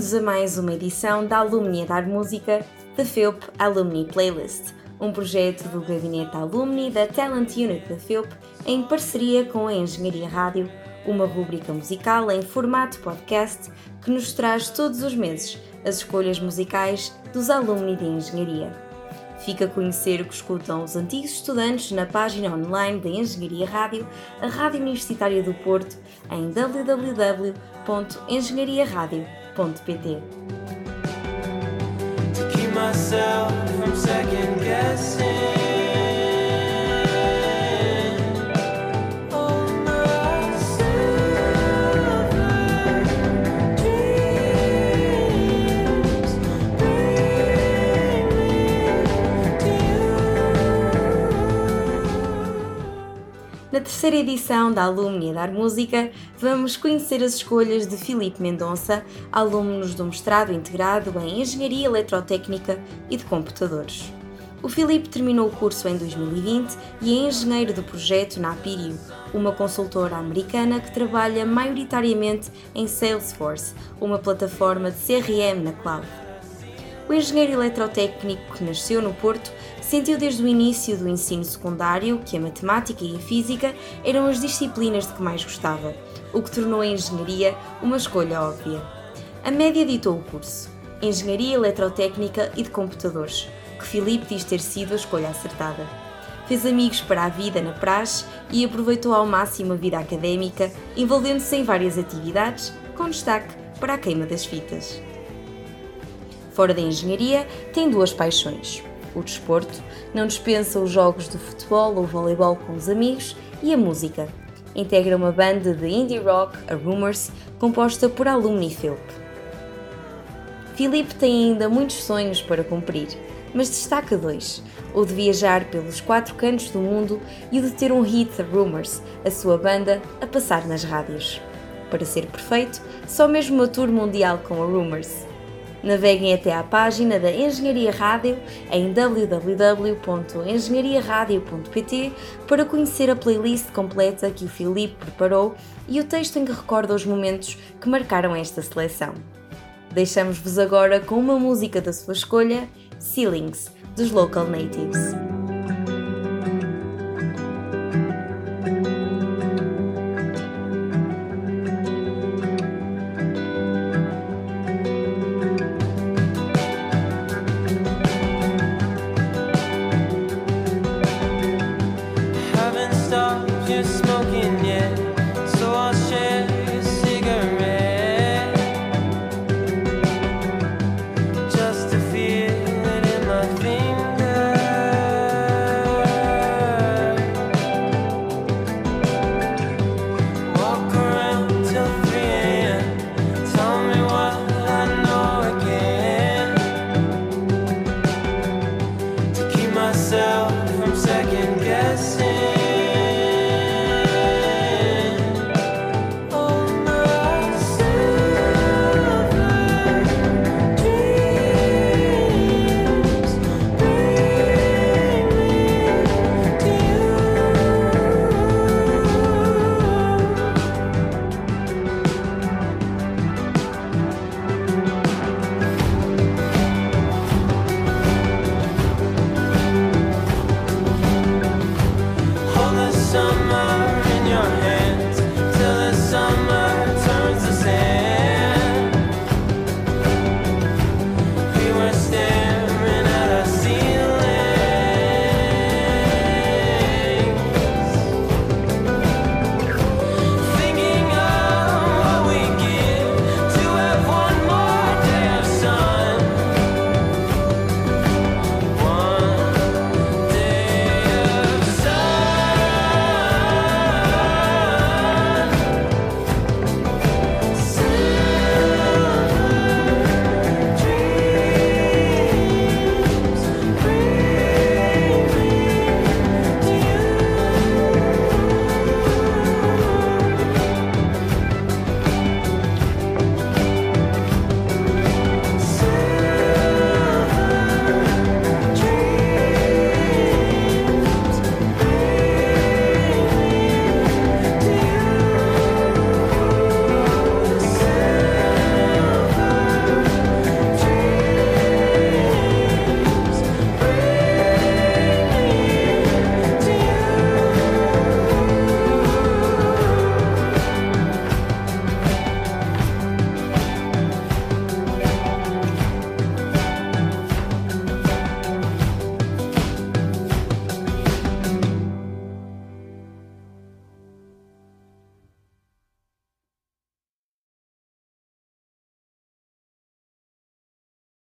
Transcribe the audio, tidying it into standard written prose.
Bem-vindos a mais uma edição da Alumni a Dar Música, da FEUP Alumni Playlist, um projeto do Gabinete Alumni da Talent Unit da FEUP em parceria com a Engenharia Rádio, uma rúbrica musical em formato podcast que nos traz todos os meses as escolhas musicais dos alumni de Engenharia. Fica a conhecer o que escutam os antigos estudantes na página online da Engenharia Rádio, a Rádio Universitária do Porto, em www.engenhariaradio.pt. Na terceira edição da Alumni a Dar Música, vamos conhecer as escolhas de Filipe Mendonça, alunos do mestrado integrado em Engenharia Eletrotécnica e de Computadores. O Filipe terminou o curso em 2020 e é engenheiro do projeto na Appirio, uma consultora americana que trabalha maioritariamente em Salesforce, uma plataforma de CRM na cloud. O engenheiro eletrotécnico que nasceu no Porto sentiu desde o início do ensino secundário que a matemática e a física eram as disciplinas de que mais gostava, o que tornou a engenharia uma escolha óbvia. A média ditou o curso, Engenharia Eletrotécnica e de Computadores, que Filipe diz ter sido a escolha acertada. Fez amigos para a vida na praxe e aproveitou ao máximo a vida académica, envolvendo-se em várias atividades, com destaque para a queima das fitas. Fora da engenharia, tem duas paixões. O desporto, não dispensa os jogos de futebol ou voleibol com os amigos, e a música. Integra uma banda de indie rock, a Rumours, composta por alumni FEUP. Filipe tem ainda muitos sonhos para cumprir, mas destaca dois: o de viajar pelos 4 cantos do mundo e o de ter um hit da Rumours, a sua banda, a passar nas rádios. Para ser perfeito, só mesmo uma tour mundial com a Rumours. Naveguem até à página da Engenharia Rádio em www.engenhariaradio.pt para conhecer a playlist completa que o Filipe preparou e o texto em que recorda os momentos que marcaram esta seleção. Deixamos-vos agora com uma música da sua escolha, Ceilings, dos Local Natives.